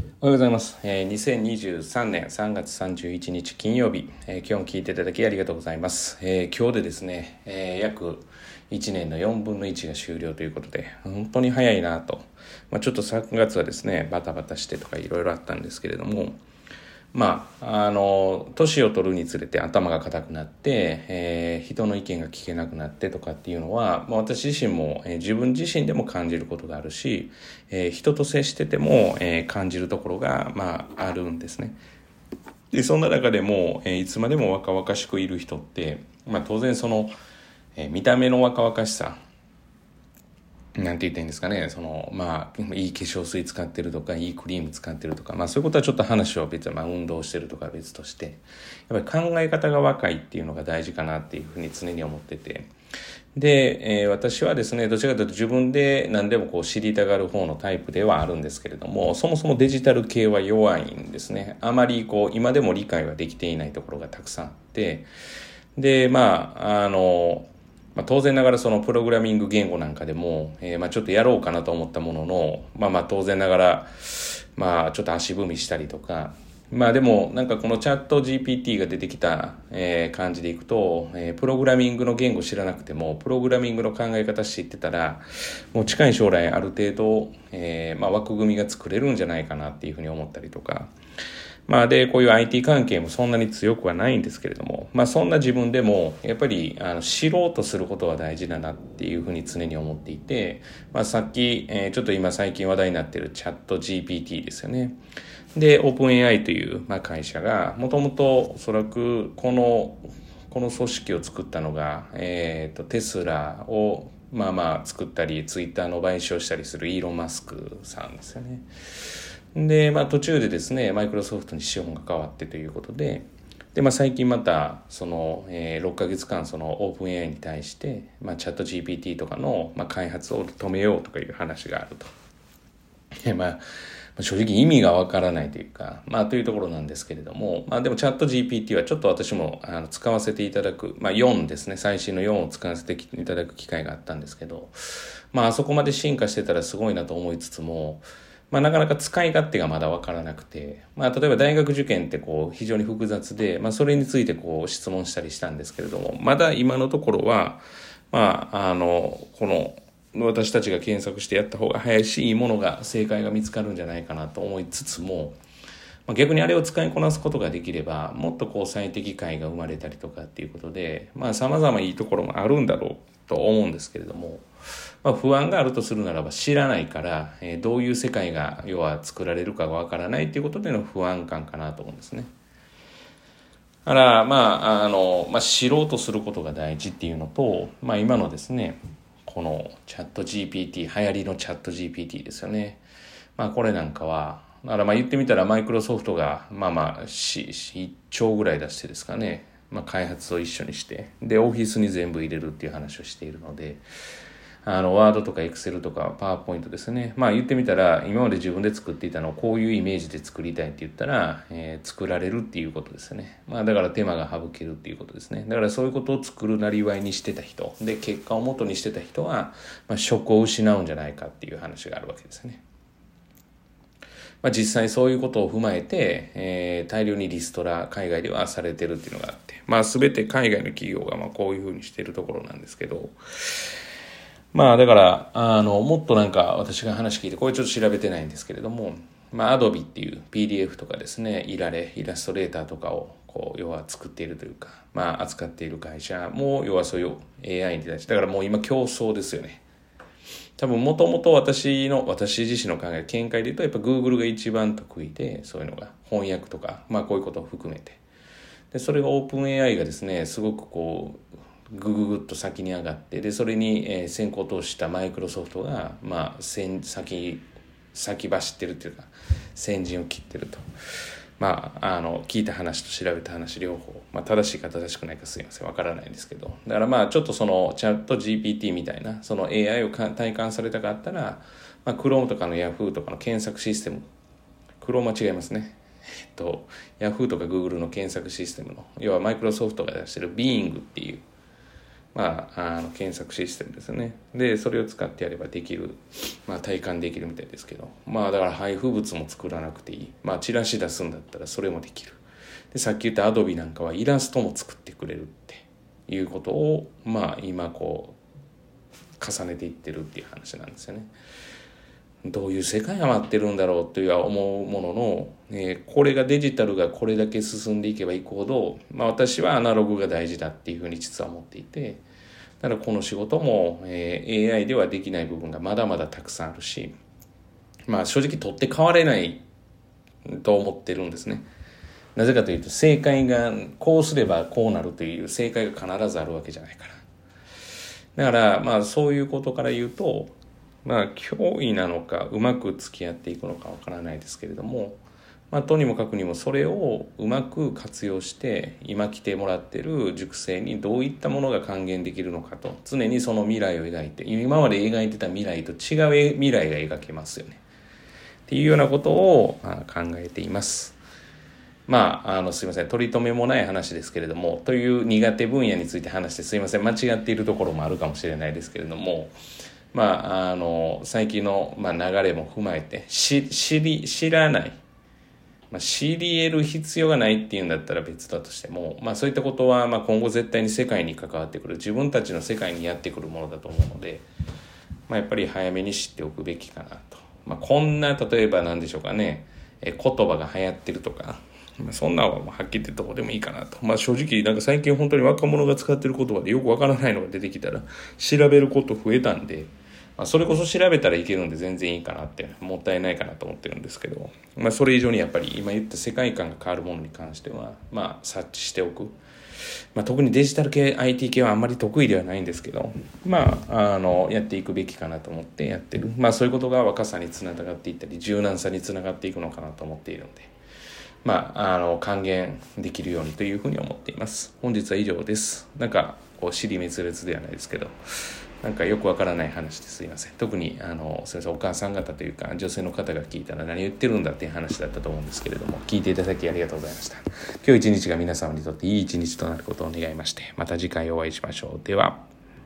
おはようございます。2023年3月31日金曜日、今日も聞いていただきありがとうございます。今日でですね、約1年の4分の1が終了ということで、本当に早いなと。ちょっと3月はですね、バタバタしてとかいろいろあったんですけれども、年を取るにつれて頭が固くなって、人の意見が聞けなくなってとかっていうのは、私自身も、自分自身でも感じることがあるし、人と接してても、感じるところが、あるんですね。で、そんな中でも、いつまでも若々しくいる人って、当然その、見た目の若々しさ、なんて言ったらいいんですかね。いい化粧水使ってるとか、いいクリーム使ってるとか、そういうことはちょっと話を別に、運動してるとか別として、やっぱり考え方が若いっていうのが大事かなっていうふうに常に思ってて。で、私はですね、どちらかというと自分で何でもこう知りたがる方のタイプではあるんですけれども、そもそもデジタル系は弱いんですね。あまりこう、今でも理解はできていないところがたくさんあって、で、当然ながらそのプログラミング言語なんかでも、ちょっとやろうかなと思ったものの、当然ながら、ちょっと足踏みしたりとか、でもなんかこのチャット GPT が出てきた、感じでいくと、プログラミングの言語知らなくても、プログラミングの考え方知ってたら、もう近い将来ある程度、枠組みが作れるんじゃないかなっていうふうに思ったりとか、で、こういう IT 関係もそんなに強くはないんですけれども、そんな自分でも、やっぱり、知ろうとすることは大事だなっていうふうに常に思っていて、さっき、ちょっと今最近話題になっているチャット GPT ですよね。で、オープン AI という、会社が、もともとおそらくこの組織を作ったのが、テスラを、作ったり、ツイッターの買収をしたりするイーロン・マスクさんですよね。で、途中でですね、マイクロソフトに資本が変わってということで、最近また、その、6ヶ月間、その、オープン AI に対して、チャット GPT とかの、開発を止めようとかいう話があると。正直意味がわからないというか、というところなんですけれども、でもチャット GPT はちょっと私も使わせていただく、4ですね、最新の4を使わせていただく機会があったんですけど、あそこまで進化してたらすごいなと思いつつも、なかなか使い勝手がまだわからなくて、例えば大学受験ってこう非常に複雑で、それについてこう質問したりしたんですけれども、まだ今のところは、この私たちが検索してやった方が早いし、いいものが、正解が見つかるんじゃないかなと思いつつも、逆にあれを使いこなすことができれば、もっとこう最適解が生まれたりとかっていうことで、様々いいところもあるんだろうと思うんですけれども、不安があるとするならば知らないから、どういう世界が要は作られるかがわからないっていうことでの不安感かなと思うんですね。だから、知ろうとすることが大事っていうのと、今のですね、このチャット GPT、流行りのチャット GPT ですよね。これなんかは、だから言ってみたらマイクロソフトが、1兆ぐらい出してですかね、開発を一緒にして、で、オフィスに全部入れるっていう話をしているので、ワードとかエクセルとかパワーポイントですね。言ってみたら、今まで自分で作っていたのをこういうイメージで作りたいって言ったら、作られるっていうことですね。だから手間が省けるっていうことですね。だからそういうことを作るなりわいにしてた人、で、結果を元にしてた人は、職を失うんじゃないかっていう話があるわけですね。実際そういうことを踏まえて、大量にリストラ、海外ではされてるっていうのがあって、全て海外の企業がこういうふうにしているところなんですけど、だから、もっとなんか私が話聞いて、これちょっと調べてないんですけれども、Adobe っていう PDF とかですね、イラストレーターとかを、要は作っているというか、扱っている会社も、要はそういう AI に対して、だからもう今競争ですよね。多分もともと私自身の考え、見解で言うと、やっぱ Google が一番得意で、そういうのが、翻訳とか、こういうことを含めて。で、それが OpenAI がですね、すごくぐぐぐっと先に上がって、でそれに先行投資したマイクロソフトが先走ってるっていうか先陣を切ってると、聞いた話と調べた話両方、正しいか正しくないかすいませんわからないんですけど、だからちょっとそのチャット GPT みたいなその AI を体感されたかったら、Chrome とかの Yahoo とかの検索システム、Chrome は違いますね。Yahoo とか Google の検索システムの、要はマイクロソフトが出してる Bing っていう検索システムですね。で、それを使ってやればできる、体感できるみたいですけど、だから配布物も作らなくていい。チラシ出すんだったらそれもできる。で、さっき言った Adobe なんかはイラストも作ってくれるっていうことを、今重ねていってるっていう話なんですよね。どういう世界が待ってるんだろうという思うものの、これがデジタルがこれだけ進んでいけばいくほど、私はアナログが大事だっていうふうに実は思っていて、だからこの仕事も、AI ではできない部分がまだまだたくさんあるし、正直取って代われないと思ってるんですね。なぜかというと、正解がこうすればこうなるという正解が必ずあるわけじゃないから。だからそういうことから言うと、脅威なのかうまく付き合っていくのかわからないですけれども、とにもかくにもそれをうまく活用して今来てもらってる塾生にどういったものが還元できるのかと、常にその未来を描いて、今まで描いてた未来と違う未来が描けますよねっていうようなことを考えています。すいません、取り留めもない話ですけれども、という苦手分野について話してすいません、間違っているところもあるかもしれないですけれども、最近の、流れも踏まえて知らない、知り得る必要がないっていうんだったら別だとしても、そういったことは今後絶対に世界に関わってくる、自分たちの世界にやってくるものだと思うので、やっぱり早めに知っておくべきかなと。こんな例えば何でしょうかね、言葉が流行ってるとか、そんなははっきり言ってどこでもいいかなと。正直最近本当に若者が使ってる言葉でよくわからないのが出てきたら調べること増えたんで、それこそ調べたらいけるんで全然いいかなって、もったいないかなと思ってるんですけど、それ以上にやっぱり今言った世界観が変わるものに関しては察知しておく。特にデジタル系 IT 系はあんまり得意ではないんですけど、やっていくべきかなと思ってやってる。そういうことが若さにつながっていったり柔軟さにつながっていくのかなと思っているので、還元できるようにというふうに思っています。本日は以上です。尻滅裂ではないですけど、よくわからない話ですいません。特にすいません、お母さん方というか女性の方が聞いたら何言ってるんだっていう話だったと思うんですけれども、聞いていただきありがとうございました。今日一日が皆様にとっていい一日となることを願いまして、また次回お会いしましょう。では。